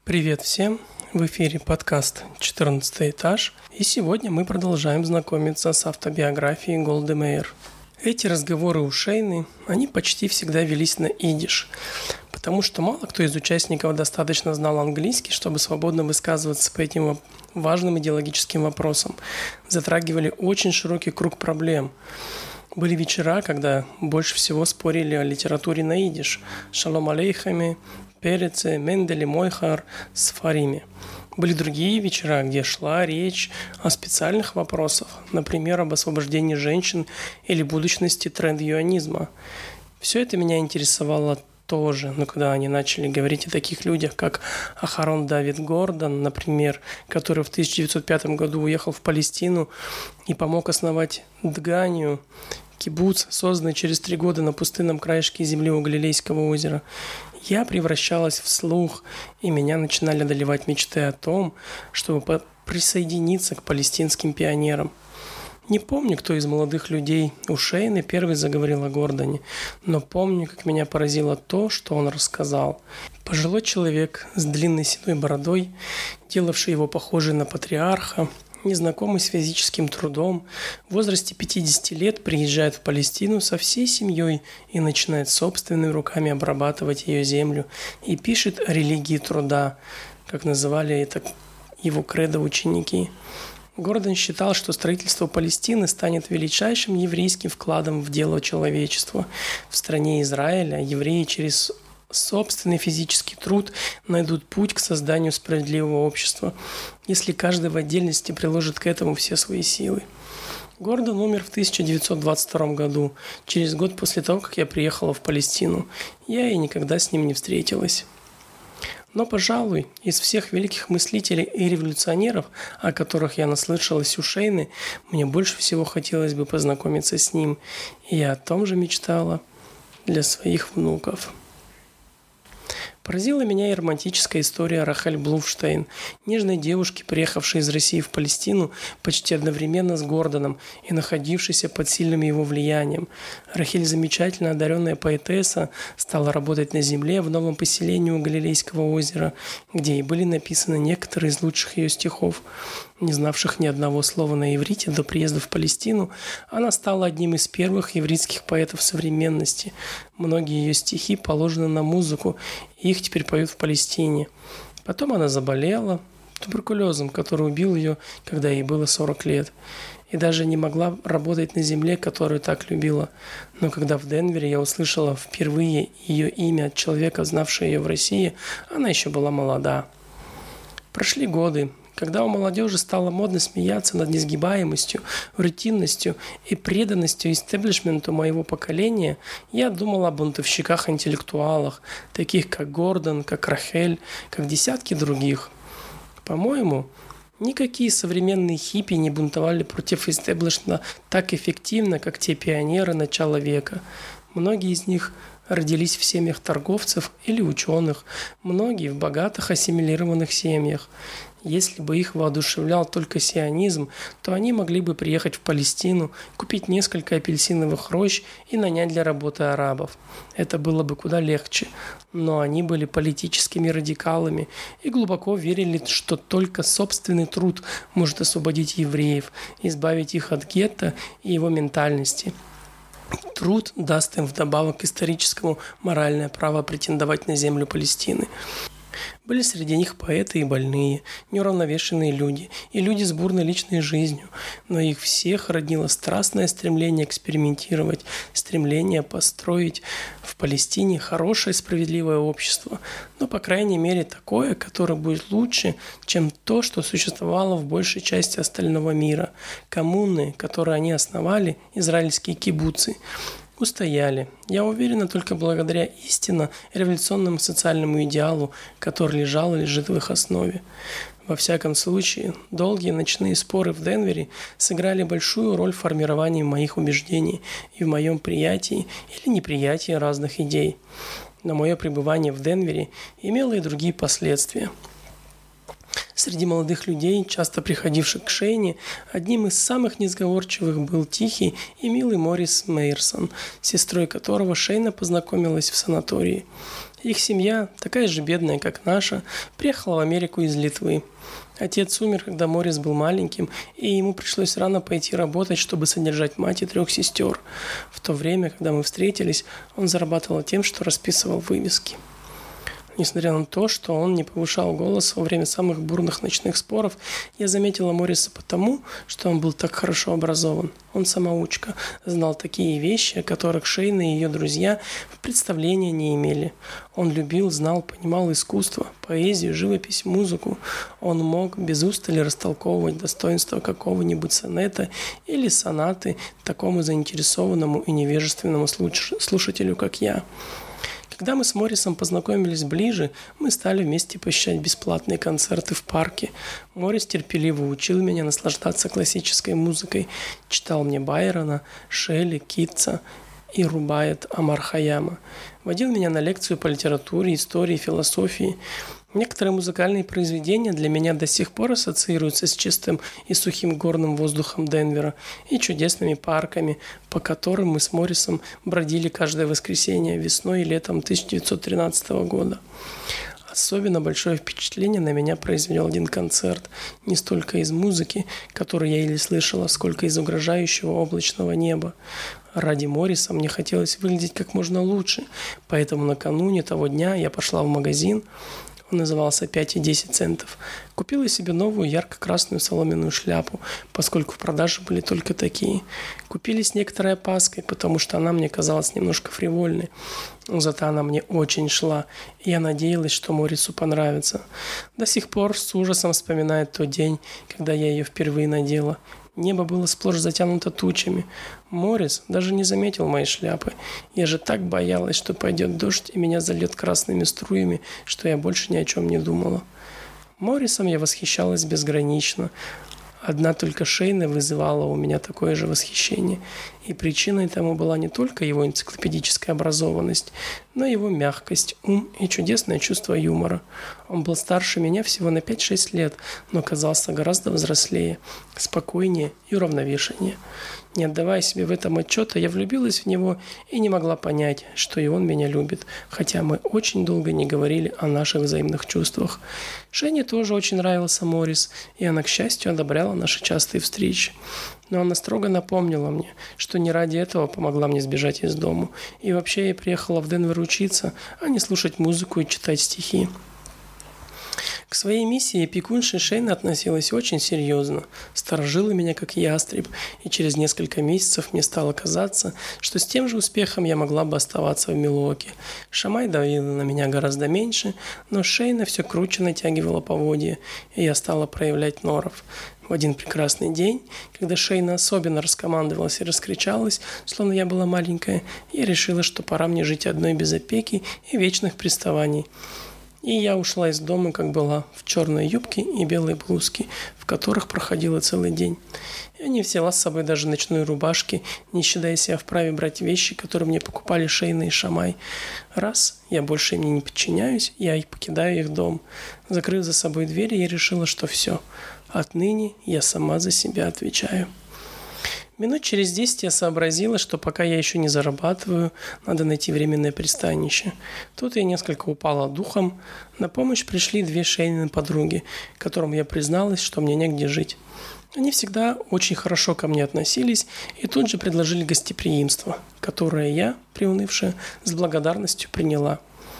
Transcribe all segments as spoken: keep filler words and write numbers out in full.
Привет всем! В эфире подкаст «четырнадцатый этаж», и сегодня мы продолжаем знакомиться с автобиографией Голды Меир. Эти разговоры у Шейны, они почти всегда велись на идиш, потому что мало кто из участников достаточно знал английский, чтобы свободно высказываться по этим важным идеологическим вопросам. Затрагивали очень широкий круг проблем. Были вечера, когда больше всего спорили о литературе на идиш – «Шалом алейхами», Переце, Менделе, Мойхар, Сфариме. Были другие вечера, где шла речь о специальных вопросах, например, об освобождении женщин или будущности тренд-юанизма. Все это меня интересовало тоже, но когда они начали говорить о таких людях, как Ахарон Давид Гордон, например, который в тысяча девятьсот пятом году уехал в Палестину и помог основать Дганию, кибуц, созданный через три года на пустынном краешке земли у Галилейского озера, я превращалась в слух, и меня начинали одолевать мечты о том, чтобы присоединиться к палестинским пионерам. Не помню, кто из молодых людей у Шейны первый заговорил о Гордоне, но помню, как меня поразило то, что он рассказал. Пожилой человек с длинной седой бородой, делавший его похожим на патриарха, незнакомый с физическим трудом, в возрасте пятидесяти лет приезжает в Палестину со всей семьей и начинает собственными руками обрабатывать ее землю и пишет о религии труда, как называли это его кредо ученики. Гордон считал, что строительство Палестины станет величайшим еврейским вкладом в дело человечества. В стране Израиля евреи через собственный физический труд найдут путь к созданию справедливого общества, если каждый в отдельности приложит к этому все свои силы. Гордон умер в тысяча девятьсот двадцать втором году, через год после того, как я приехала в Палестину. Я и никогда с ним не встретилась. Но, пожалуй, из всех великих мыслителей и революционеров, о которых я наслышалась у Шейны, мне больше всего хотелось бы познакомиться с ним, и я о том же мечтала для своих внуков. Поразила меня и романтическая история Рахель Блуфштейн, нежной девушки, приехавшей из России в Палестину почти одновременно с Гордоном и находившейся под сильным его влиянием. Рахель, замечательно одаренная поэтесса, стала работать на земле в новом поселении у Галилейского озера, где и были написаны некоторые из лучших ее стихов. Не знавших ни одного слова на иврите до приезда в Палестину, она стала одним из первых еврейских поэтов современности. Многие ее стихи положены на музыку, и их теперь поют в Палестине. Потом она заболела туберкулезом, который убил ее, когда ей было сорок лет, и даже не могла работать на земле, которую так любила. Но когда в Денвере я услышала впервые ее имя от человека, знавшего ее в России, она еще была молода. Прошли годы. Когда у молодежи стало модно смеяться над несгибаемостью, рутинностью и преданностью истеблишменту моего поколения, я думал о бунтовщиках-интеллектуалах, таких как Гордон, как Рахель, как десятки других. По-моему, никакие современные хиппи не бунтовали против истеблишмента так эффективно, как те пионеры начала века. Многие из них родились в семьях торговцев или ученых, многие в богатых ассимилированных семьях. Если бы их воодушевлял только сионизм, то они могли бы приехать в Палестину, купить несколько апельсиновых рощ и нанять для работы арабов. Это было бы куда легче. Но они были политическими радикалами и глубоко верили, что только собственный труд может освободить евреев, избавить их от гетто и его ментальности. Труд даст им вдобавок к историческому моральное право претендовать на землю Палестины. Были среди них поэты и больные, неуравновешенные люди и люди с бурной личной жизнью, но их всех роднило страстное стремление экспериментировать, стремление построить в Палестине хорошее справедливое общество, но, по крайней мере, такое, которое будет лучше, чем то, что существовало в большей части остального мира. Коммуны, которые они основали, израильские кибуцы, устояли. Я уверена, только благодаря истинно революционному социальному идеалу, который лежал и лежит в их основе. Во всяком случае, долгие ночные споры в Денвере сыграли большую роль в формировании моих убеждений и в моем приятии или неприятии разных идей. Но мое пребывание в Денвере имело и другие последствия. Среди молодых людей, часто приходивших к Шейне, одним из самых несговорчивых был тихий и милый Моррис Мейерсон, с сестрой которого Шейна познакомилась в санатории. Их семья, такая же бедная, как наша, приехала в Америку из Литвы. Отец умер, когда Моррис был маленьким, и ему пришлось рано пойти работать, чтобы содержать мать и трех сестер. В то время, когда мы встретились, он зарабатывал тем, что расписывал вывески. Несмотря на то, что он не повышал голос во время самых бурных ночных споров, я заметила Морриса потому, что он был так хорошо образован. Он самоучка, знал такие вещи, о которых Шейна и ее друзья представления не имели. Он любил, знал, понимал искусство, поэзию, живопись, музыку. Он мог без устали растолковывать достоинства какого-нибудь сонета или сонаты такому заинтересованному и невежественному слушателю, как я. Когда мы с Моррисом познакомились ближе, мы стали вместе посещать бесплатные концерты в парке. Моррис терпеливо учил меня наслаждаться классической музыкой, читал мне Байрона, Шелли, Китса и Рубаят Амар Хайяма. Водил меня на лекцию по литературе, истории, философии. Некоторые музыкальные произведения для меня до сих пор ассоциируются с чистым и сухим горным воздухом Денвера и чудесными парками, по которым мы с Моррисом бродили каждое воскресенье весной и летом тысяча девятьсот тринадцатого года. Особенно большое впечатление на меня произвел один концерт, не столько из музыки, которую я еле слышала, сколько из угрожающего облачного неба. Ради Морриса мне хотелось выглядеть как можно лучше, поэтому накануне того дня я пошла в магазин, он назывался пять и десять центов, купила себе новую ярко-красную соломенную шляпу, поскольку в продаже были только такие. Купили с некоторой опаской, потому что она мне казалась немножко фривольной. Но зато она мне очень шла, и я надеялась, что Моррису понравится. До сих пор с ужасом вспоминает тот день, когда я ее впервые надела. Небо было сплошь затянуто тучами. Моррис даже не заметил моей шляпы. Я же так боялась, что пойдет дождь и меня зальет красными струями, что я больше ни о чем не думала. Моррисом я восхищалась безгранично. Одна только Шейна вызывала у меня такое же восхищение. И причиной тому была не только его энциклопедическая образованность, но и его мягкость, ум и чудесное чувство юмора. Он был старше меня всего на пять-шесть лет, но казался гораздо взрослее, спокойнее и уравновешеннее. Не отдавая себе в этом отчета, я влюбилась в него и не могла понять, что и он меня любит, хотя мы очень долго не говорили о наших взаимных чувствах. Шейне тоже очень нравился Моррис, и она, к счастью, одобряла наши частые встречи. Но она строго напомнила мне, что не ради этого помогла мне сбежать из дому, и вообще я приехала в Денвер учиться, а не слушать музыку и читать стихи. К своей миссии опекунша Шейна относилась очень серьезно, сторожила меня как ястреб, и через несколько месяцев мне стало казаться, что с тем же успехом я могла бы оставаться в Милуоке. Шамай давила на меня гораздо меньше, но Шейна все круче натягивала поводья, и я стала проявлять норов. В один прекрасный день, когда Шейна особенно раскомандовалась и раскричалась, словно я была маленькая, я решила, что пора мне жить одной без опеки и вечных приставаний. И я ушла из дома, как была, в черной юбке и белой блузке, в которых проходила целый день. Я не взяла с собой даже ночной рубашки, не считая себя вправе брать вещи, которые мне покупали Шейна и Шамай. Раз я больше им не подчиняюсь, я и покидаю их дом. Закрыв за собой дверь, я решила, что все. Отныне я сама за себя отвечаю. Минут через десять я сообразила, что пока я еще не зарабатываю, надо найти временное пристанище. Тут я несколько упала духом. На помощь пришли две Шейнины подруги, которым я призналась, что мне негде жить. Они всегда очень хорошо ко мне относились и тут же предложили гостеприимство, которое я, приунывшая, с благодарностью приняла.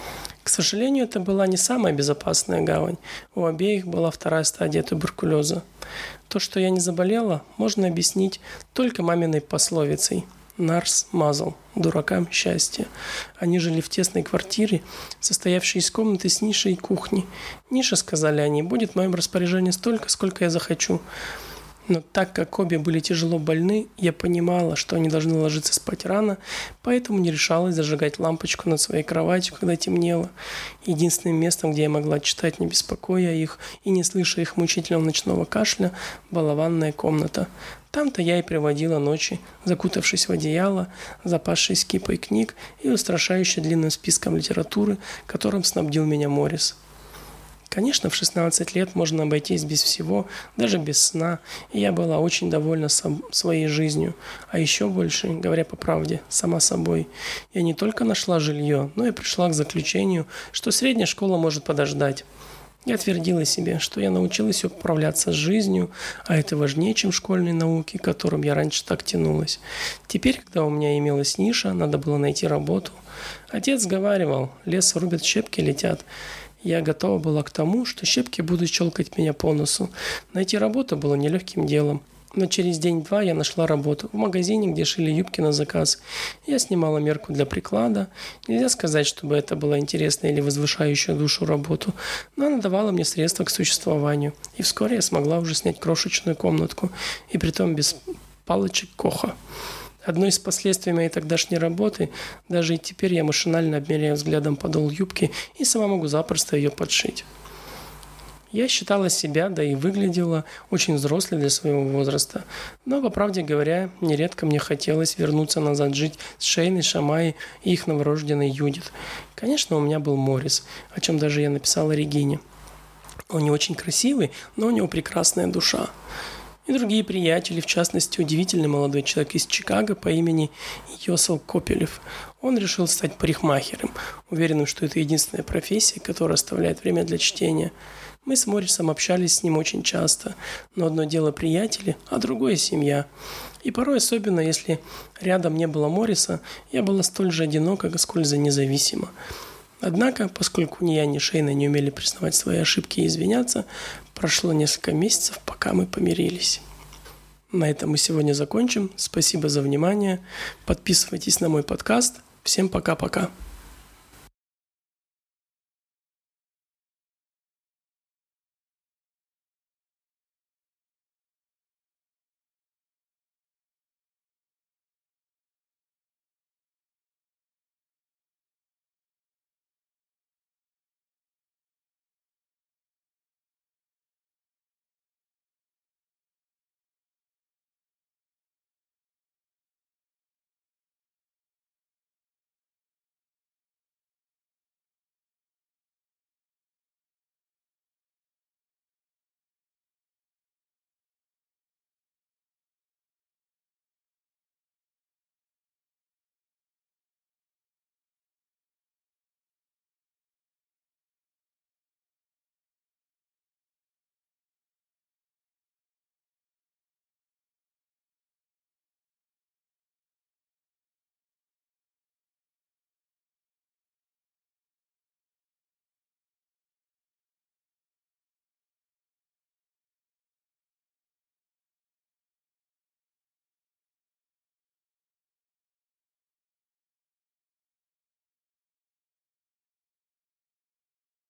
К сожалению, это была не самая безопасная гавань. У обеих была вторая стадия туберкулеза. То, что я не заболела, можно объяснить только маминой пословицей «Нарс мазал, дуракам счастье». Они жили в тесной квартире, состоявшей из комнаты с нишей и кухни. Ниша, сказали они, будет в моем распоряжении столько, сколько я захочу. Но так как обе были тяжело больны, я понимала, что они должны ложиться спать рано, поэтому не решалась зажигать лампочку над своей кроватью, когда темнело. Единственным местом, где я могла читать, не беспокоя их и не слыша их мучительного ночного кашля, была ванная комната. Там-то я и проводила ночи, закутавшись в одеяло, запасшись кипой книг и устрашающе длинным списком литературы, которым снабдил меня Моррис. Конечно, в шестнадцать лет можно обойтись без всего, даже без сна, и я была очень довольна сам, своей жизнью. А еще больше, говоря по правде, сама собой. Я не только нашла жилье, но и пришла к заключению, что средняя школа может подождать. Я твердила себе, что я научилась управляться с жизнью, а это важнее, чем школьные науки, к которым я раньше так тянулась. Теперь, когда у меня имелась ниша, надо было найти работу. Отец говаривал, лес рубят, щепки летят. Я готова была к тому, что щепки будут щелкать меня по носу. Найти работу было нелегким делом. Но через день-два я нашла работу в магазине, где шили юбки на заказ. Я снимала мерку для приклада. Нельзя сказать, чтобы это была интересная или возвышающая душу работу, но она давала мне средства к существованию. И вскоре я смогла уже снять крошечную комнатку, и притом без палочек Коха. Одно из последствий моей тогдашней работы, даже и теперь я машинально обмеряю взглядом подол юбки и сама могу запросто ее подшить. Я считала себя, да и выглядела очень взрослой для своего возраста. Но, по правде говоря, нередко мне хотелось вернуться назад жить с Шейной, Шамаей и их новорожденной Юдит. Конечно, у меня был Морис, о чем даже я написала Регине. Он не очень красивый, но у него прекрасная душа. И другие приятели, в частности, удивительный молодой человек из Чикаго по имени Йосел Копелев. Он решил стать парикмахером, уверенным, что это единственная профессия, которая оставляет время для чтения. Мы с Морисом общались с ним очень часто, но одно дело приятели, а другое семья. И порой, особенно если рядом не было Морриса, я была столь же одинока, сколь за независима. Однако, поскольку ни я, ни Шейна не умели признавать свои ошибки и извиняться, прошло несколько месяцев, пока мы помирились. На этом мы сегодня закончим. Спасибо за внимание. Подписывайтесь на мой подкаст. Всем пока-пока.